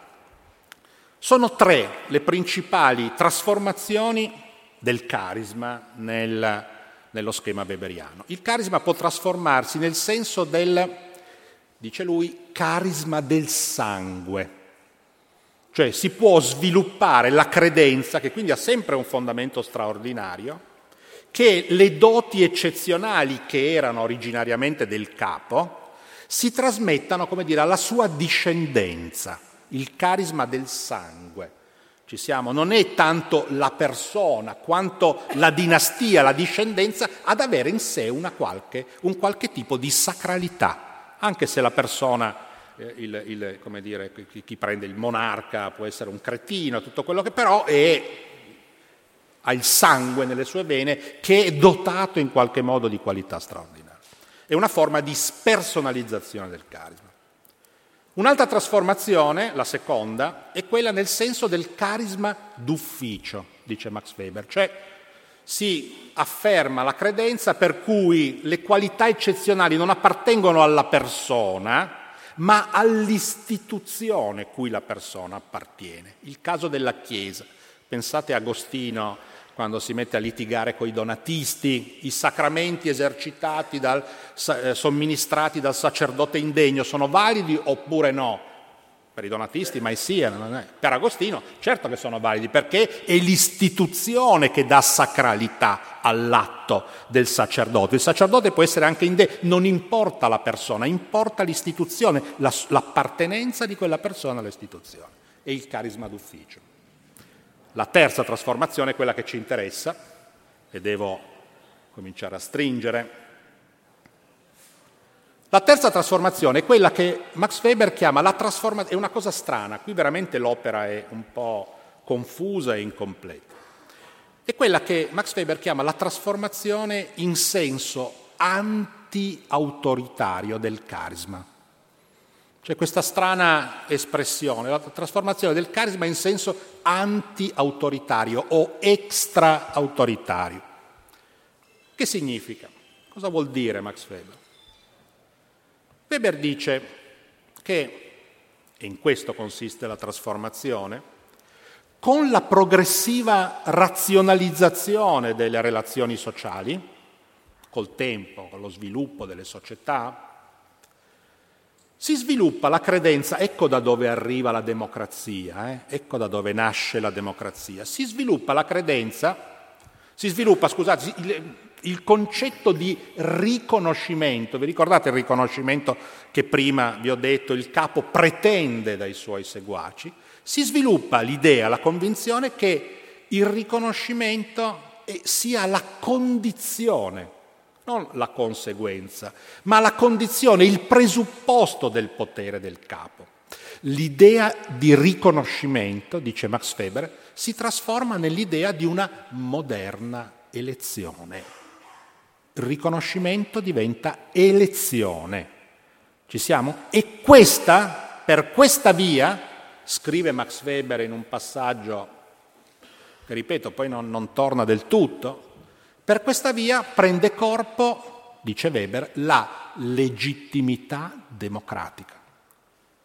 Sono tre le principali trasformazioni del carisma nel, nello schema weberiano. Il carisma può trasformarsi nel senso del, dice lui, carisma del sangue. Cioè si può sviluppare la credenza, che quindi ha sempre un fondamento straordinario, che le doti eccezionali che erano originariamente del capo si trasmettano, come dire, alla sua discendenza, il carisma del sangue. Ci siamo, non è tanto la persona quanto la dinastia, la discendenza ad avere in sé una qualche, un qualche tipo di sacralità, anche se la persona, eh, il, il, come dire, chi, chi prende il monarca può essere un cretino, tutto quello che però è, ha il sangue nelle sue vene, che è dotato in qualche modo di qualità straordinarie. È una forma di spersonalizzazione del carisma. Un'altra trasformazione, la seconda, è quella nel senso del carisma d'ufficio, dice Max Weber, cioè si afferma la credenza per cui le qualità eccezionali non appartengono alla persona, ma all'istituzione cui la persona appartiene. Il caso della Chiesa. Pensate a Agostino quando si mette a litigare coi donatisti, i sacramenti esercitati, dal, eh, somministrati dal sacerdote indegno sono validi oppure no? Per i donatisti mai sia, non è. Per Agostino certo che sono validi, perché è l'istituzione che dà sacralità all'atto del sacerdote. Il sacerdote può essere anche indegno, non importa la persona, importa l'istituzione, la, l'appartenenza di quella persona all'istituzione. È il carisma d'ufficio. La terza trasformazione è quella che ci interessa, e devo cominciare a stringere. La terza trasformazione è quella che Max Weber chiama la trasformazione, è una cosa strana, qui veramente l'opera è un po' confusa e incompleta. È quella che Max Weber chiama la trasformazione in senso anti-autoritario del carisma. C'è questa strana espressione, la trasformazione del carisma in senso anti-autoritario o extra-autoritario. Che significa? Cosa vuol dire Max Weber? Weber dice che, e in questo consiste la trasformazione, con la progressiva razionalizzazione delle relazioni sociali, col tempo, con lo sviluppo delle società, si sviluppa la credenza, ecco da dove arriva la democrazia, eh? ecco da dove nasce la democrazia, si sviluppa la credenza, si sviluppa, scusate, il, il concetto di riconoscimento, vi ricordate il riconoscimento che prima vi ho detto il capo pretende dai suoi seguaci? Si sviluppa l'idea, la convinzione che il riconoscimento sia la condizione, non la conseguenza, ma la condizione, il presupposto del potere del capo. L'idea di riconoscimento, dice Max Weber, si trasforma nell'idea di una moderna elezione. Il riconoscimento diventa elezione. Ci siamo? E questa, per questa via, scrive Max Weber in un passaggio che, ripeto, poi non, non torna del tutto, per questa via prende corpo, dice Weber, la legittimità democratica.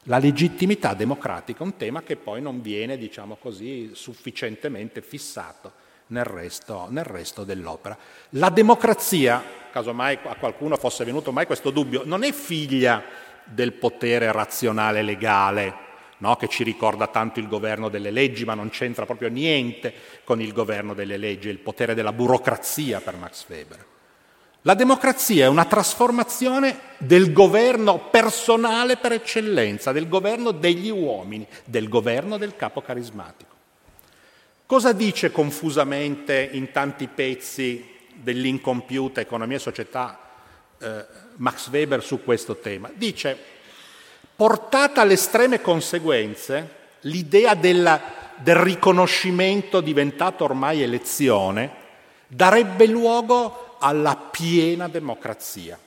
La legittimità democratica è un tema che poi non viene, diciamo così, sufficientemente fissato nel resto, nel resto dell'opera. La democrazia, casomai a qualcuno fosse venuto mai questo dubbio, non è figlia del potere razionale legale, no? Che ci ricorda tanto il governo delle leggi, ma non c'entra proprio niente con il governo delle leggi, è il potere della burocrazia per Max Weber. La democrazia è una trasformazione del governo personale per eccellenza, del governo degli uomini, del governo del capo carismatico. Cosa dice confusamente in tanti pezzi dell'incompiuta Economia e Società eh, Max Weber su questo tema? Dice, portata alle estreme conseguenze, l'idea della, del riconoscimento diventato ormai elezione darebbe luogo alla piena democrazia.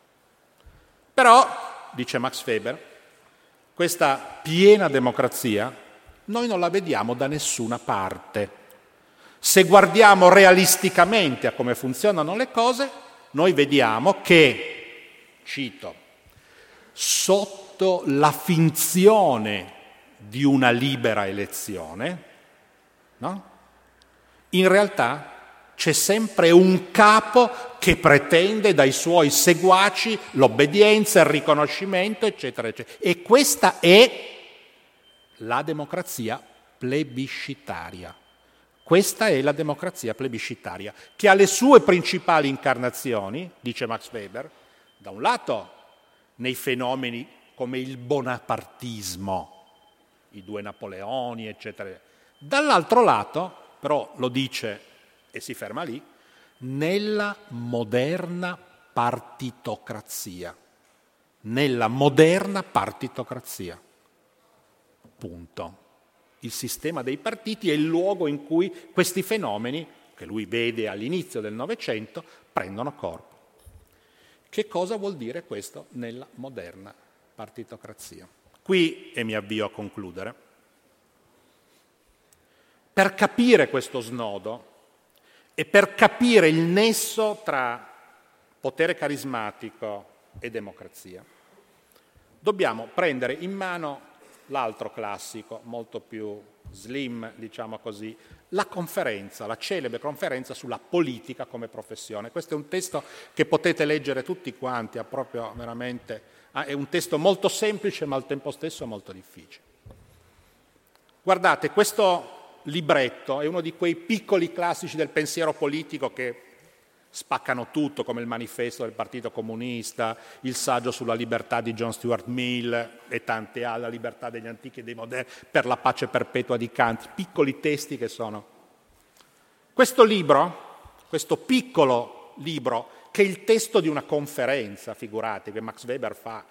Però, dice Max Weber, questa piena democrazia noi non la vediamo da nessuna parte. Se guardiamo realisticamente a come funzionano le cose, noi vediamo che, cito, sotto la finzione di una libera elezione, no? In realtà c'è sempre un capo che pretende dai suoi seguaci l'obbedienza, il riconoscimento, eccetera, eccetera. E questa è la democrazia plebiscitaria. Questa è la democrazia plebiscitaria, che ha le sue principali incarnazioni, dice Max Weber, da un lato nei fenomeni come il bonapartismo, i due Napoleoni, eccetera. Dall'altro lato, però lo dice e si ferma lì, nella moderna partitocrazia. Nella moderna partitocrazia. Punto. Il sistema dei partiti è il luogo in cui questi fenomeni, che lui vede all'inizio del Novecento, prendono corpo. Che cosa vuol dire questo nella moderna partitocrazia? Qui, e mi avvio a concludere, per capire questo snodo e per capire il nesso tra potere carismatico e democrazia, dobbiamo prendere in mano l'altro classico, molto più slim, diciamo così, la conferenza, la celebre conferenza sulla politica come professione. Questo è un testo che potete leggere tutti quanti, ha proprio veramente, è un testo molto semplice ma al tempo stesso molto difficile. Guardate, questo libretto è uno di quei piccoli classici del pensiero politico che spaccano tutto, come il manifesto del Partito Comunista, il saggio sulla libertà di John Stuart Mill e tante altre, la libertà degli antichi e dei moderni, per la pace perpetua di Kant, piccoli testi che sono. Questo libro, questo piccolo libro, che è il testo di una conferenza, figurati, che Max Weber fa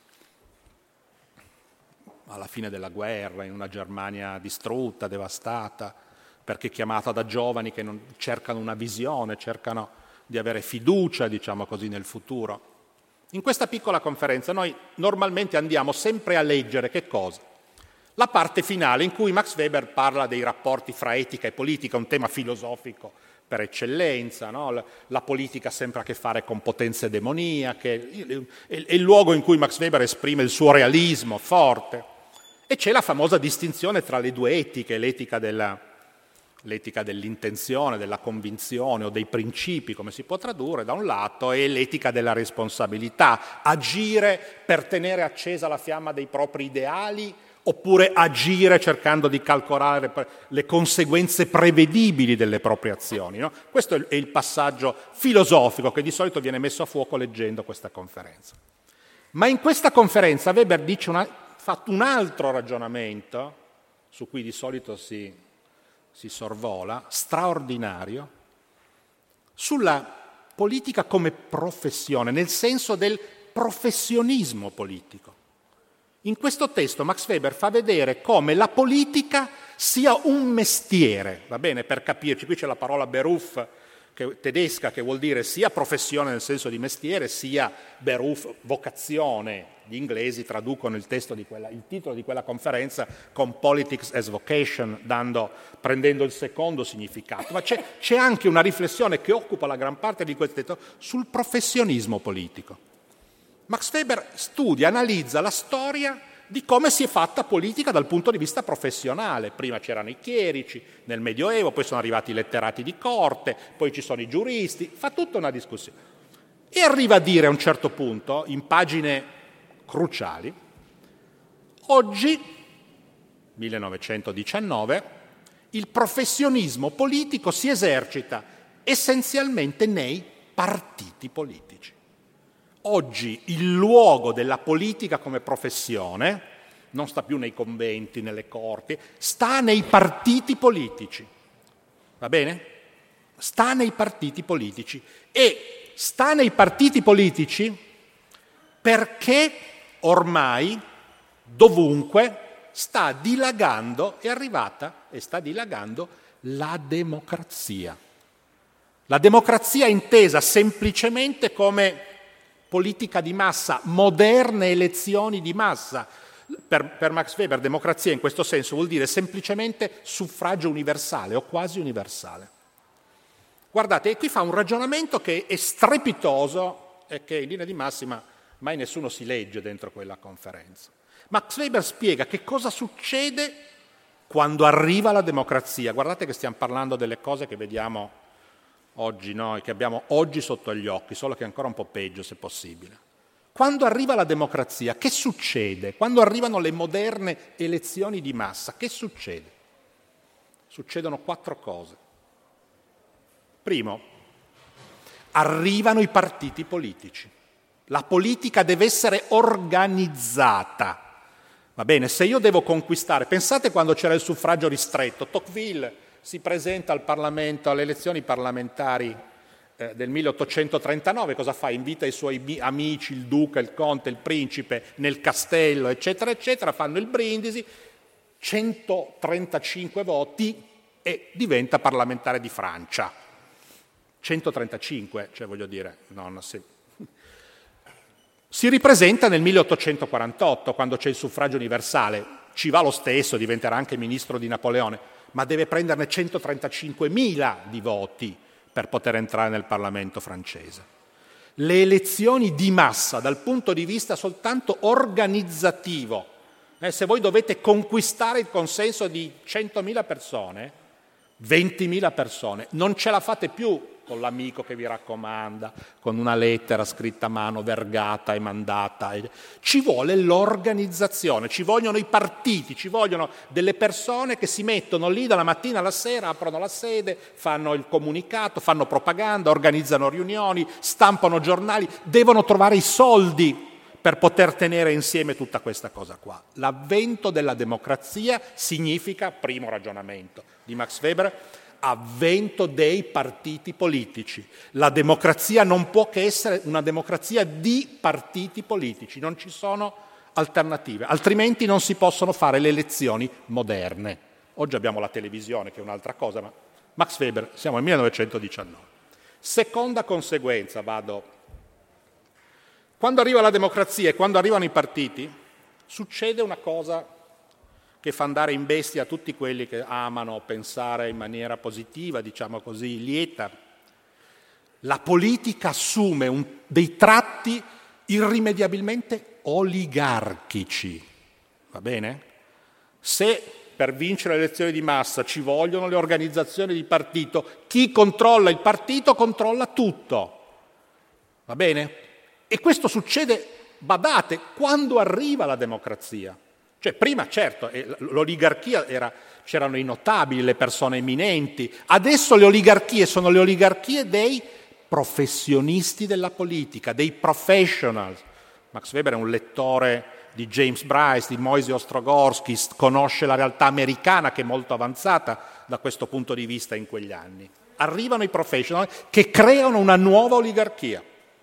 alla fine della guerra, in una Germania distrutta, devastata, perché è chiamata da giovani che non, cercano una visione, cercano di avere fiducia, diciamo così, nel futuro. In questa piccola conferenza noi normalmente andiamo sempre a leggere che cosa? La parte finale in cui Max Weber parla dei rapporti fra etica e politica, un tema filosofico per eccellenza, no? La, la politica ha sempre a che fare con potenze demoniache, è, è il luogo in cui Max Weber esprime il suo realismo forte. E c'è la famosa distinzione tra le due etiche, l'etica della l'etica dell'intenzione, della convinzione o dei principi, come si può tradurre, da un lato, e l'etica della responsabilità, agire per tenere accesa la fiamma dei propri ideali oppure agire cercando di calcolare le conseguenze prevedibili delle proprie azioni, no? Questo è il passaggio filosofico che di solito viene messo a fuoco leggendo questa conferenza. Ma in questa conferenza Weber dice una, fa un altro ragionamento, su cui di solito si... si sorvola, straordinario, sulla politica come professione, nel senso del professionismo politico. In questo testo Max Weber fa vedere come la politica sia un mestiere, va bene, per capirci, qui c'è la parola Beruf, che, tedesca, che vuol dire sia professione nel senso di mestiere, sia Beruf, vocazione. Gli inglesi traducono il, testo di quella, il titolo di quella conferenza con Politics as Vocation, dando, prendendo il secondo significato. Ma c'è, c'è anche una riflessione che occupa la gran parte di quel testo sul professionismo politico. Max Weber studia, analizza la storia di come si è fatta politica dal punto di vista professionale. Prima c'erano i chierici, nel Medioevo, poi sono arrivati i letterati di corte, poi ci sono i giuristi, fa tutta una discussione. E arriva a dire a un certo punto, in pagine cruciali, oggi, millenovecentodiciannove, il professionismo politico si esercita essenzialmente nei partiti politici. Oggi il luogo della politica come professione non sta più nei conventi, nelle corti, sta nei partiti politici. Va bene? Sta nei partiti politici. E sta nei partiti politici perché ormai dovunque sta dilagando, è arrivata e sta dilagando la democrazia. La democrazia intesa semplicemente come politica di massa, moderne elezioni di massa. Per, per Max Weber democrazia in questo senso vuol dire semplicemente suffragio universale o quasi universale. Guardate, e qui fa un ragionamento che è strepitoso e che in linea di massima mai nessuno si legge dentro quella conferenza. Max Weber spiega che cosa succede quando arriva la democrazia. Guardate che stiamo parlando delle cose che vediamo oggi noi, che abbiamo oggi sotto gli occhi, solo che è ancora un po' peggio se possibile. Quando arriva la democrazia, che succede? Quando arrivano le moderne elezioni di massa, che succede? Succedono quattro cose. Primo, arrivano i partiti politici. La politica deve essere organizzata. Va bene, se io devo conquistare, pensate quando c'era il suffragio ristretto, Tocqueville si presenta al Parlamento, alle elezioni parlamentari eh, del milleottocentotrentanove, cosa fa? Invita i suoi amici, il duca, il conte, il principe, nel castello, eccetera, eccetera, fanno il brindisi, centotrentacinque voti e diventa parlamentare di Francia. centotrentacinque, cioè voglio dire, non se... Si ripresenta nel milleottocentoquarantotto, quando c'è il suffragio universale, ci va lo stesso, diventerà anche ministro di Napoleone, ma deve prenderne centotrentacinquemila di voti per poter entrare nel Parlamento francese. Le elezioni di massa dal punto di vista soltanto organizzativo, eh, se voi dovete conquistare il consenso di centomila persone, ventimila persone, non ce la fate più con l'amico che vi raccomanda, con una lettera scritta a mano, vergata e mandata. Ci vuole l'organizzazione, ci vogliono i partiti, ci vogliono delle persone che si mettono lì dalla mattina alla sera, aprono la sede, fanno il comunicato, fanno propaganda, organizzano riunioni, stampano giornali, devono trovare i soldi per poter tenere insieme tutta questa cosa qua. L'avvento della democrazia significa, primo ragionamento di Max Weber, avvento dei partiti politici. La democrazia non può che essere una democrazia di partiti politici, non ci sono alternative, altrimenti non si possono fare le elezioni moderne. Oggi abbiamo la televisione, che è un'altra cosa, ma Max Weber, siamo nel millenovecentodiciannove. Seconda conseguenza, vado. Quando arriva la democrazia e quando arrivano i partiti, succede una cosa che fa andare in bestia a tutti quelli che amano pensare in maniera positiva, diciamo così, lieta. La politica assume un, dei tratti irrimediabilmente oligarchici, va bene? Se per vincere le elezioni di massa ci vogliono le organizzazioni di partito, chi controlla il partito controlla tutto, va bene? E questo succede, badate, quando arriva la democrazia. Cioè prima, certo, l'oligarchia era, c'erano i notabili, le persone eminenti, adesso le oligarchie sono le oligarchie dei professionisti della politica, dei professionals. Max Weber è un lettore di James Bryce, di Moisés Ostrogorsky, conosce la realtà americana che è molto avanzata da questo punto di vista in quegli anni. Arrivano i professional che creano una nuova oligarchia,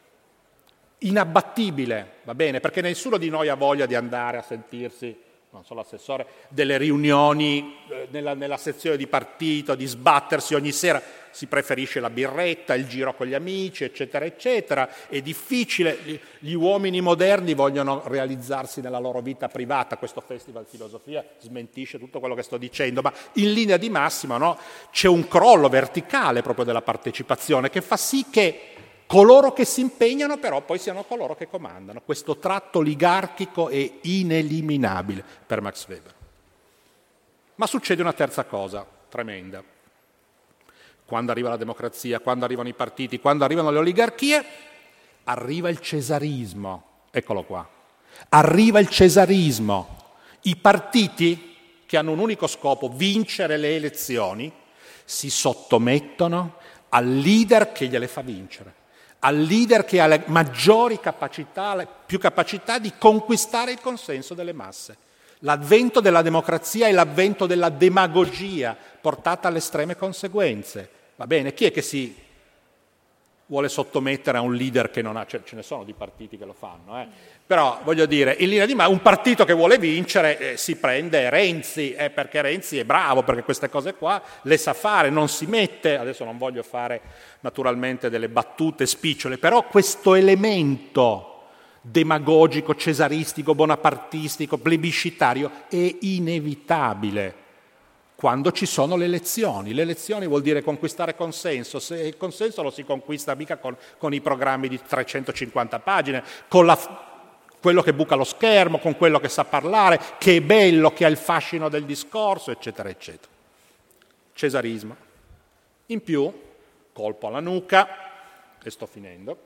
inabbattibile, va bene, perché nessuno di noi ha voglia di andare a sentirsi, non so l'assessore, delle riunioni eh, nella, nella sezione di partito, di sbattersi ogni sera, si preferisce la birretta, il giro con gli amici, eccetera, eccetera, è difficile, gli, gli uomini moderni vogliono realizzarsi nella loro vita privata, questo Festival Filosofia smentisce tutto quello che sto dicendo, ma in linea di massima no, c'è un crollo verticale proprio della partecipazione che fa sì che coloro che si impegnano però poi siano coloro che comandano. Questo tratto oligarchico è ineliminabile per Max Weber. Ma succede una terza cosa tremenda. Quando arriva la democrazia, quando arrivano i partiti, quando arrivano le oligarchie, arriva il cesarismo. Eccolo qua. Arriva il cesarismo. I partiti, che hanno un unico scopo, vincere le elezioni, si sottomettono al leader che gliele fa vincere, al leader che ha le maggiori capacità, le più capacità di conquistare il consenso delle masse. L'avvento della democrazia è l'avvento della demagogia portata alle estreme conseguenze. Va bene, chi è che si vuole sottomettere a un leader che non ha, cioè, ce ne sono di partiti che lo fanno, eh? Però voglio dire, in linea di ma un partito che vuole vincere eh, si prende Renzi, eh, perché Renzi è bravo, perché queste cose qua le sa fare, non si mette, adesso non voglio fare naturalmente delle battute spicciole, però questo elemento demagogico, cesaristico, bonapartistico, plebiscitario è inevitabile quando ci sono le elezioni. Le elezioni vuol dire conquistare consenso, se il consenso lo si conquista mica con, con i programmi di trecentocinquanta pagine, con la, quello che buca lo schermo, con quello che sa parlare, che è bello, che ha il fascino del discorso, eccetera, eccetera. Cesarismo. In più, colpo alla nuca, e sto finendo.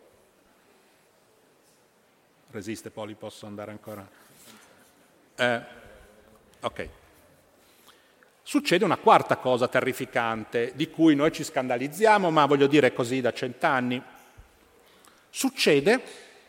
Resiste, Poli, posso andare ancora? Eh, ok. Succede una quarta cosa terrificante, di cui noi ci scandalizziamo, ma voglio dire così da cent'anni. Succede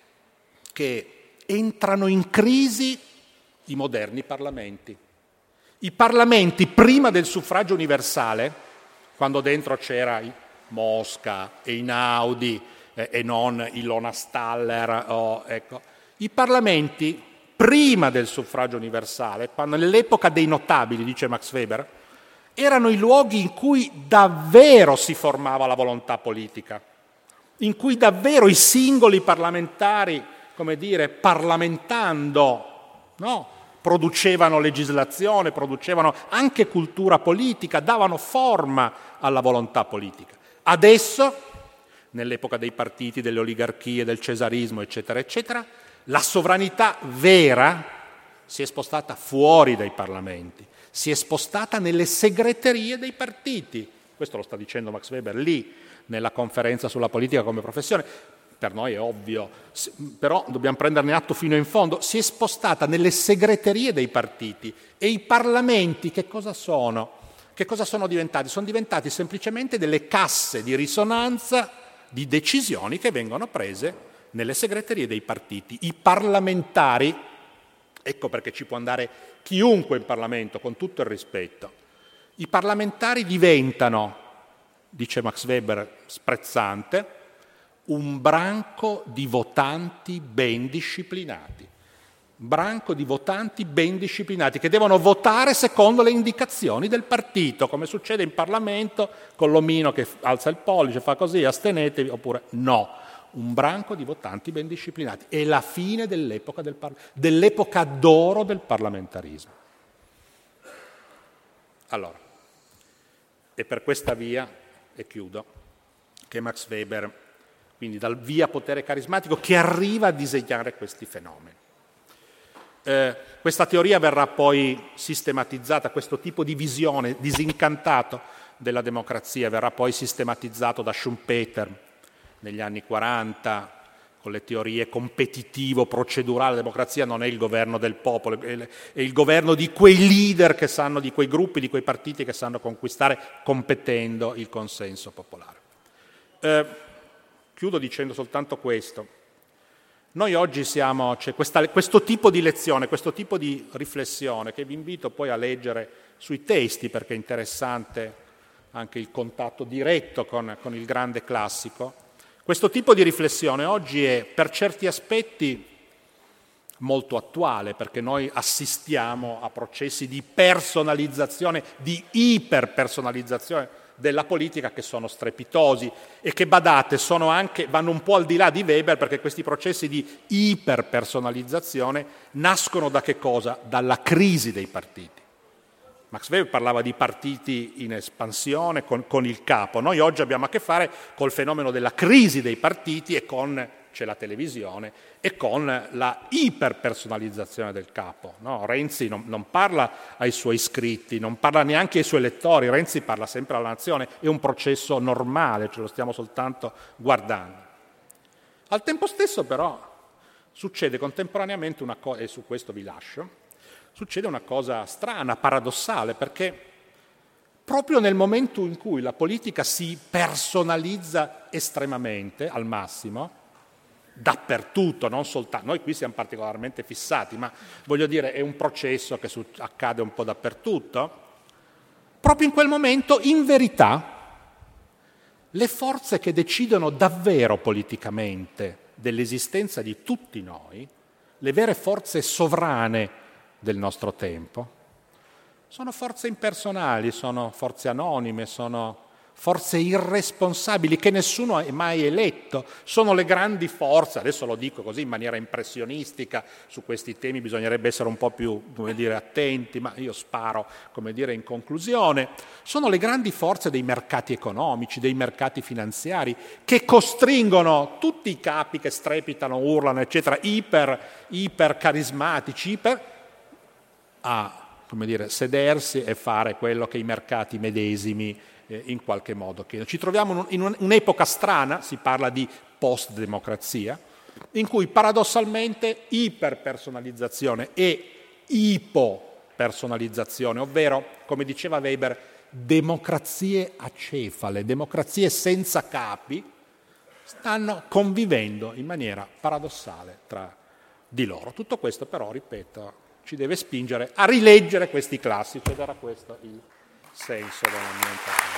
che entrano in crisi i moderni parlamenti. I parlamenti prima del suffragio universale, quando dentro c'era Mosca e Einaudi eh, e non Ilona Staller, oh, ecco, i parlamenti prima del suffragio universale, quando nell'epoca dei notabili, dice Max Weber, erano i luoghi in cui davvero si formava la volontà politica, in cui davvero i singoli parlamentari, come dire, parlamentando, no? Producevano legislazione, producevano anche cultura politica, davano forma alla volontà politica. Adesso, nell'epoca dei partiti, delle oligarchie, del cesarismo, eccetera, eccetera, la sovranità vera si è spostata fuori dai parlamenti, si è spostata nelle segreterie dei partiti. Questo lo sta dicendo Max Weber lì, nella conferenza sulla politica come professione. Per noi è ovvio, però dobbiamo prenderne atto fino in fondo. Si è spostata nelle segreterie dei partiti e i parlamenti che cosa sono? Che cosa sono diventati? Sono diventati semplicemente delle casse di risonanza di decisioni che vengono prese nelle segreterie dei partiti. I parlamentari, ecco perché ci può andare chiunque in Parlamento, con tutto il rispetto, i parlamentari diventano, dice Max Weber sprezzante, un branco di votanti ben disciplinati. Branco di votanti ben disciplinati che devono votare secondo le indicazioni del partito, come succede in Parlamento con l'omino che alza il pollice, fa così, astenetevi, oppure no. Un branco di votanti ben disciplinati. È la fine dell'epoca, del par- dell'epoca d'oro del parlamentarismo. Allora, è per questa via, e chiudo, che Max Weber, quindi dal via potere carismatico, che arriva a disegnare questi fenomeni. Eh, questa teoria verrà poi sistematizzata, questo tipo di visione disincantato della democrazia verrà poi sistematizzato da Schumpeter negli anni quaranta, con le teorie competitivo-procedurale. La democrazia non è il governo del popolo, è il governo di quei leader che sanno, di quei gruppi, di quei partiti che sanno conquistare competendo il consenso popolare. Eh, chiudo dicendo soltanto questo. Noi oggi siamo, c'è questa, questo tipo di lezione, questo tipo di riflessione che vi invito poi a leggere sui testi, perché è interessante anche il contatto diretto con, con il grande classico. Questo tipo di riflessione oggi è per certi aspetti molto attuale, perché noi assistiamo a processi di personalizzazione, di iperpersonalizzazione della politica che sono strepitosi e che, badate, sono anche, vanno un po' al di là di Weber, perché questi processi di iperpersonalizzazione nascono da che cosa? Dalla crisi dei partiti. Max Weber parlava di partiti in espansione con, con il capo. Noi oggi abbiamo a che fare col fenomeno della crisi dei partiti e con, c'è la televisione, e con la iperpersonalizzazione del capo. No? Renzi non, non parla ai suoi iscritti, non parla neanche ai suoi elettori, Renzi parla sempre alla nazione, è un processo normale, ce lo stiamo soltanto guardando. Al tempo stesso però succede contemporaneamente una cosa, e su questo vi lascio, succede una cosa strana, paradossale, perché proprio nel momento in cui la politica si personalizza estremamente, al massimo, dappertutto, non soltanto, noi qui siamo particolarmente fissati, ma voglio dire è un processo che accade un po' dappertutto, proprio in quel momento, in verità, le forze che decidono davvero politicamente dell'esistenza di tutti noi, le vere forze sovrane del nostro tempo, sono forze impersonali, sono forze anonime, sono forze irresponsabili che nessuno ha mai eletto, sono le grandi forze, adesso lo dico così in maniera impressionistica, su questi temi bisognerebbe essere un po' più, come dire, attenti, ma io sparo, come dire, in conclusione, sono le grandi forze dei mercati economici, dei mercati finanziari, che costringono tutti i capi che strepitano, urlano, eccetera, iper, iper carismatici, iper, a, come dire, sedersi e fare quello che i mercati medesimi eh, in qualche modo chiedono. Ci troviamo in un'epoca strana, si parla di post-democrazia, in cui paradossalmente iperpersonalizzazione e ipopersonalizzazione, ovvero, come diceva Weber, democrazie acefale, democrazie senza capi, stanno convivendo in maniera paradossale tra di loro. Tutto questo però, ripeto, ci deve spingere a rileggere questi classici ed era questo il senso della mia intervento.